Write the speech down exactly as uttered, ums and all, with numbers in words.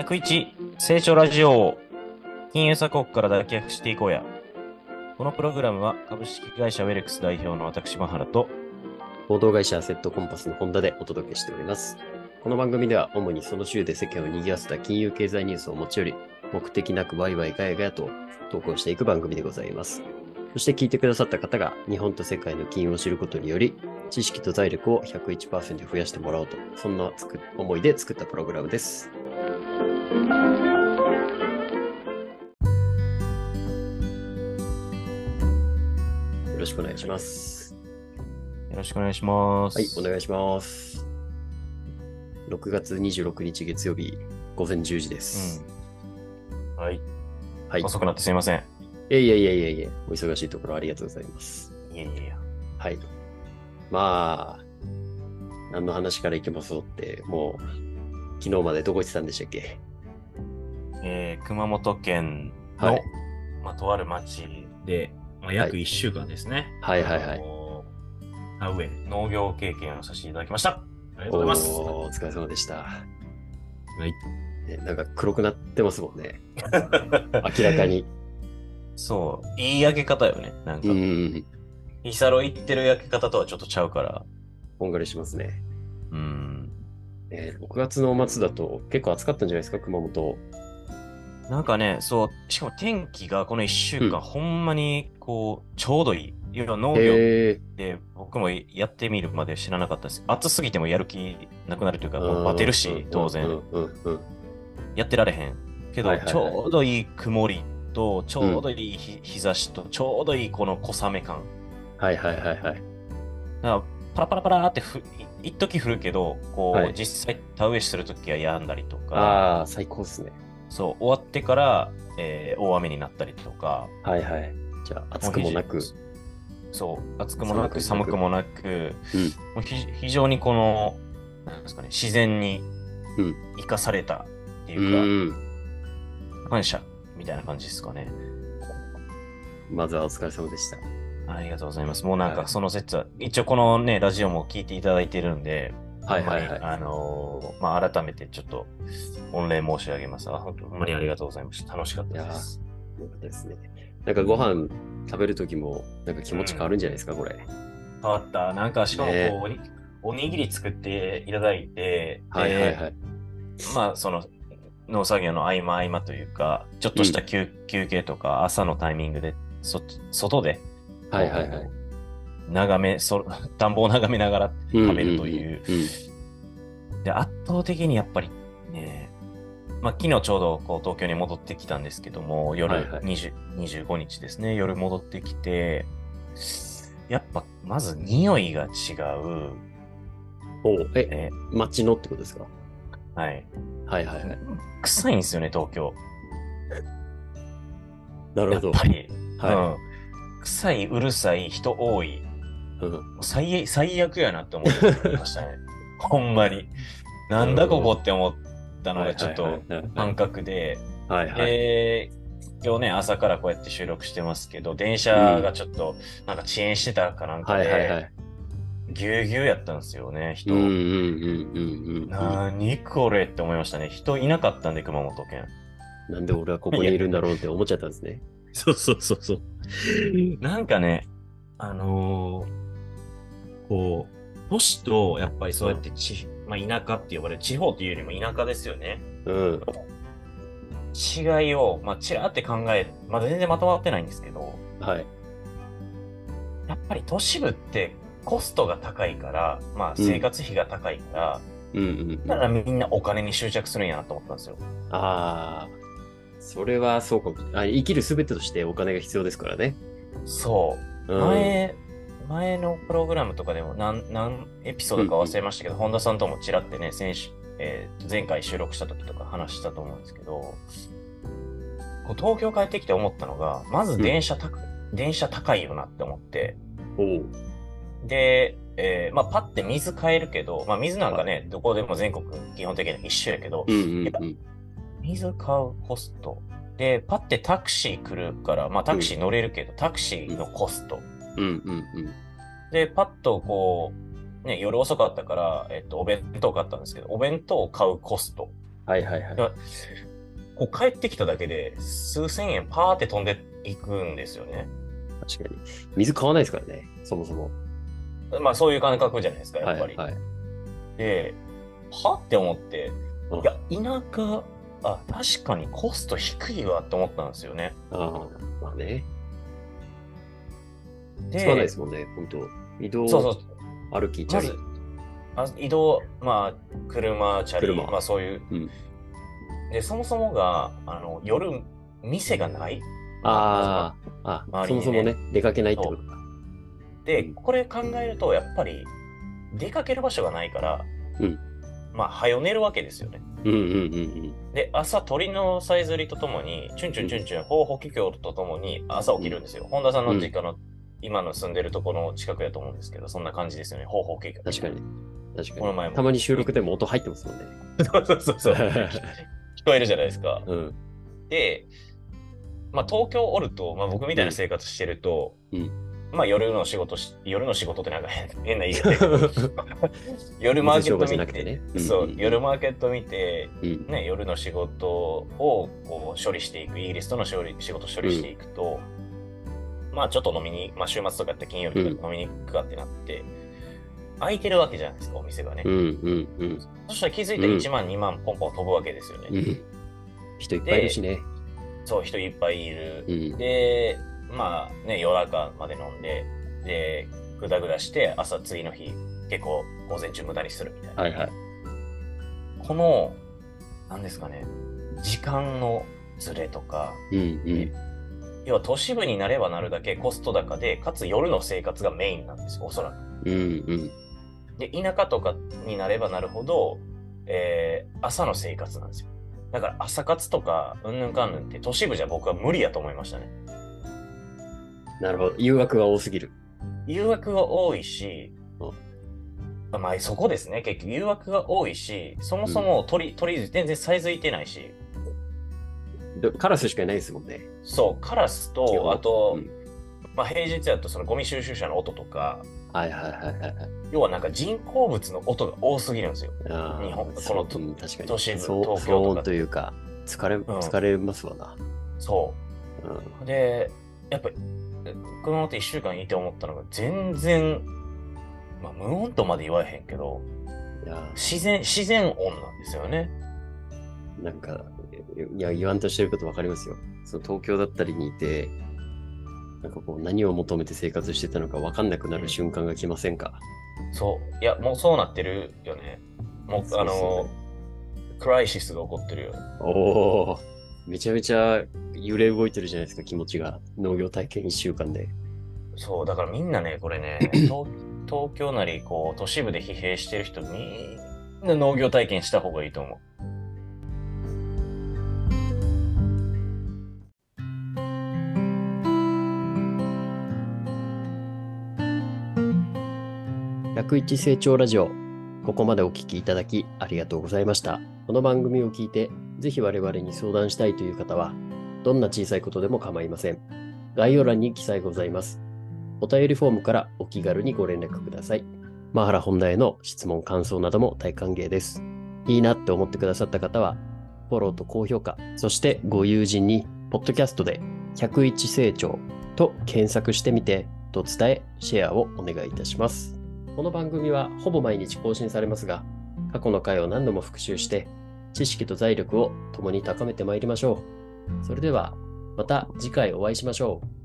ひゃくいち成長ラジオ。金融鎖国から脱却していこうや。このプログラムは株式会社ウェレックス代表の私、マハラと報道会社アセットコンパスのホンダでお届けしております。この番組では主にその週で世間を賑わせた金融経済ニュースを持ち寄り、目的なくワイワイガヤガヤと投稿していく番組でございます。そして聞いてくださった方が日本と世界の金融を知ることにより、知識と財力を ひゃくいちパーセント 増やしてもらおうと、そんなつく思いで作ったプログラムです。よろしくお願いします。 よろしくお願いします。 はい、お願いします。ろくがつにじゅうろくにち月曜日ごぜんじゅうじです。 うん、はい。 はい。 遅くなってすいません。 いやいやいやいやいや、お忙しいところありがとうございます。 いやいやいや。 はい。まあ、何の話からいきますって、もう、昨日までどこ行ってたんでしたっけ？ えー、熊本県の、はい、まあ、とある町で、まあ、約いっしゅうかんですね。 はい、はい、はいはい。 田植え、農業経験をさせていただきました。ありがとうございます。 お, お疲れ様でした。はい。 ね、なんか黒くなってますもんね。明らかに。 そう、いい焼け方よね。なんか、うん。ヒサロ行ってる焼け方とはちょっとちゃうから。 こんがりしますね。 うん。 えー、ろくがつの末だと結構暑かったんじゃないですか、熊本。 なんかね、そう、しかも天気がこのいっしゅうかん、うん、ほんまにこう、ちょうどいい。いや、農業って僕もやってみるまで知らなかったです。暑すぎてもやる気なくなるというか、もうバテるし、当然。やってられへん。けど、はいはいはい、ちょうどいい曇りと、ちょうどいい日,、うん、日差しと、ちょうどいいこの小雨感。 はいはいはいはい。 だからパラパラパラってふ一時降るけど、こう、はい、実際田植えするときは止んだりとか。 ああ、最高ですね。 そう、終わってから、えー、大雨になったりとか。 はいはい。じゃあ、暑くもなく。 そう、暑くもなく、寒くもなく、うん、もう非常にこの、なんですかね、自然に生かされたっていうか、うん、感謝みたいな感じですかね。 まずはお疲れ様でした。 ありがとうございます。もうなんかその説は、はい、一応このね、ラジオも聞いていただいてるんで、はいはいはい。あのー、まあ、改めてちょっと、御礼申し上げます。あ、本当にありがとうございました。楽しかったです。 いや、よかったですね。なんかご飯食べるときも、なんか気持ち変わるんじゃないですか、うん、これ。 変わった。なんか、しかもこう、ね、おにぎり作っていただいて、 はいはいはい。 まあ、その、農作業の合間合間というか、ちょっとした休、うん、休憩とか、朝のタイミングで、そ、外で、 はいはいはい。 眺め、そ、田んぼを眺めながら食べるという。で、圧倒的にやっぱりね、まあ、昨日ちょうどこう東京に戻ってきたんですけども、夜にじゅう、にじゅうごにちですね、夜戻ってきて、やっぱまず匂いが違う。 おう、え、え街のってことですか？ はい。 はいはいはい。 臭いんですよね、東京。 なるほど。 やっぱり。 はい。うん、 臭い、うるさい、人多い。うん、最, 最悪やなって思ってましたね。ほんまに。なんだここって思ったのがちょっと感覚で。 はいはい。 で、今日ね、朝からこうやって収録してますけど、電車がちょっとなんか遅延してたかなんかで、はいはいはい、ぎゅうぎゅうやったんですよね、人。 うんうんうんうんうん。 なにこれって思いましたね。人いなかったんで、熊本県。 なんで俺はここにいるんだろうって思っちゃったんですね。 そうそうそうそう。なんかね、あのー、こう、都市とやっぱりそうやってち、まあ、田舎って呼ばれる、地方っていうよりも田舎ですよね。 うん。 違いを、まあ、ちらって考え、まだ全然まとまってないんですけど、 はい。 やっぱり都市部ってコストが高いから、まあ、生活費が高いから、うんうんうんうん、だからみんなお金に執着するんやなと思ったんですよ。 ああ、それはそうかも。あ、生きるすべてとしてお金が必要ですからね。 そう。うん、前、前のプログラムとかでも何、何エピソードか忘れましたけど、うんうん、本田さんともちらってね、先週、えー、前回収録した時とか話したと思うんですけど、こう東京帰ってきて思ったのが、まず電車高い、うん、電車高いよなって思って。 おで、えー、まあ、パッて水買えるけど、まあ、水なんかね、はい、どこでも全国基本的に一緒やけど、うんうんうん、水買うコスト。で、パッてタクシー来るから、まあ、タクシー乗れるけど、うん、タクシーのコスト。 うんうんうん、 で、パッとこう、ね、夜遅かったから、えっと、お弁当買ったんですけど、お弁当を買うコスト。 はいはいはい。 こう帰ってきただけで数千円パーって飛んでいくんですよね。 確かに。水買わないですからね、そもそも。 まあそういう感覚じゃないですか、やっぱり。 はいはい。 で、はって思って、 うん、 いや、田舎、あ、確かにコスト低いわって思ったんですよね。 ああ、まあね。 で、 使わないですもんね、本当移動、 そうそう。 歩き、チャリ。 まず、あ移動、まあ、車、チャリ、 車。 まあそういう。 うん。 で、そもそもが、あの、夜、店がない。ま、まず、ま、 ああ、あ、 周りにね。 そもそもね、出かけないってことか。 で、 うん、 これ考えると、やっぱり、出かける場所がないから、 うん。 まあ、早寝るわけですよね。 うんうんうんうん。 で、朝鳥のさえずりとともに、チュンチュンチュンチュン、ほうほききょうとともに朝起きるんですよ。本田さんの実家の、今の住んでるところの近くやと思うんですけど、そんな感じですよね。ほうほききょう。 確かに。確かに。 この前も。 たまに収録でも音入ってますもんね。 そうそうそうそう。聞こえるじゃないですか。 うん。 で、まあ東京おると、まあ僕みたいな生活してると、 うん。 まあ夜の仕事し、夜の仕事ってなんか変変な言い方やけど、夜マーケット見て、 ね、 そう、夜マーケット見て、 うん、 ね、夜の仕事をこう処理していく、イギリスとの処理仕事処理していくと、うん、まあちょっと飲みに、まあ週末とかやって金曜日とか飲みに行くかってなって、うん、空いてるわけじゃないですか、お店がね。 うんうんうん、 そしたら気づいたらいちまん、うん、にまんポンポン飛ぶわけですよね。 うん、人いっぱいいるしね。 そう、人いっぱいいる。 うん、 で、まあね、夜中まで飲んで、で、ぐだぐだして、朝次の日、結構午前中無駄にするみたいな。 はいはい。 この、なんですかね、時間のズレとか、 うんうん、 要は都市部になればなるだけコスト高で、かつ夜の生活がメインなんですよ、おそらく。 うんうん、 で、田舎とかになればなるほど、えー、朝の生活なんですよ。だから朝活とか、うんぬんかんぬんって都市部じゃ僕は無理やと思いましたね。 なるほど。誘惑が多すぎる。 誘惑が多いし、うん、まあそこですね。結局誘惑が多いし、そもそも鳥、うん、鳥全然さえずいてないし。 カラスしかいないですもんね。 そう、カラスと、あと、 うん、 まあ平日だとそのゴミ収集車の音とか、 はいはいはいはい。 要はなんか人工物の音が多すぎるんですよ。日本、このと、 うん、確かに都市部、 東京とか。というか、疲れ、疲れますわな。 うん、そう、うん。で、やっぱり、このままいっしゅうかんいて思ったのが、全然、まあ、無音とまで言わへんけど、いや自然、自然音なんですよね。 なんか、いや、言わんとしてることわかりますよ。その東京だったりにいて、なんかこう、何を求めて生活してたのかわかんなくなる瞬間が来ませんか？ うん、そう。いや、もうそうなってるよね。もう、そうそう、あの、クライシスが起こってるよ。 おお、めちゃめちゃ揺れ動いてるじゃないですか、気持ちが。農業体験いっしゅうかんで。 そう、だからみんなね、これね、東, 東京なり、こう、都市部で疲弊してる人、みんな農業体験した方がいいと思う。 ひゃくいち成長ラジオ。ここまでお聞きいただきありがとうございました。この番組を聞いて、ぜひ我々に相談したいという方は、どんな小さいことでも構いません。概要欄に記載ございます。お便りフォームからお気軽にご連絡ください。マハラ本題への質問、感想なども大歓迎です。いいなって思ってくださった方は、フォローと高評価、そしてご友人に、ポッドキャストでひゃくいち成長と検索してみて、と伝え、シェアをお願いいたします。この番組はほぼ毎日更新されますが、過去の回を何度も復習して、知識と財力を共に高めてまいりましょう。それでは、また次回お会いしましょう。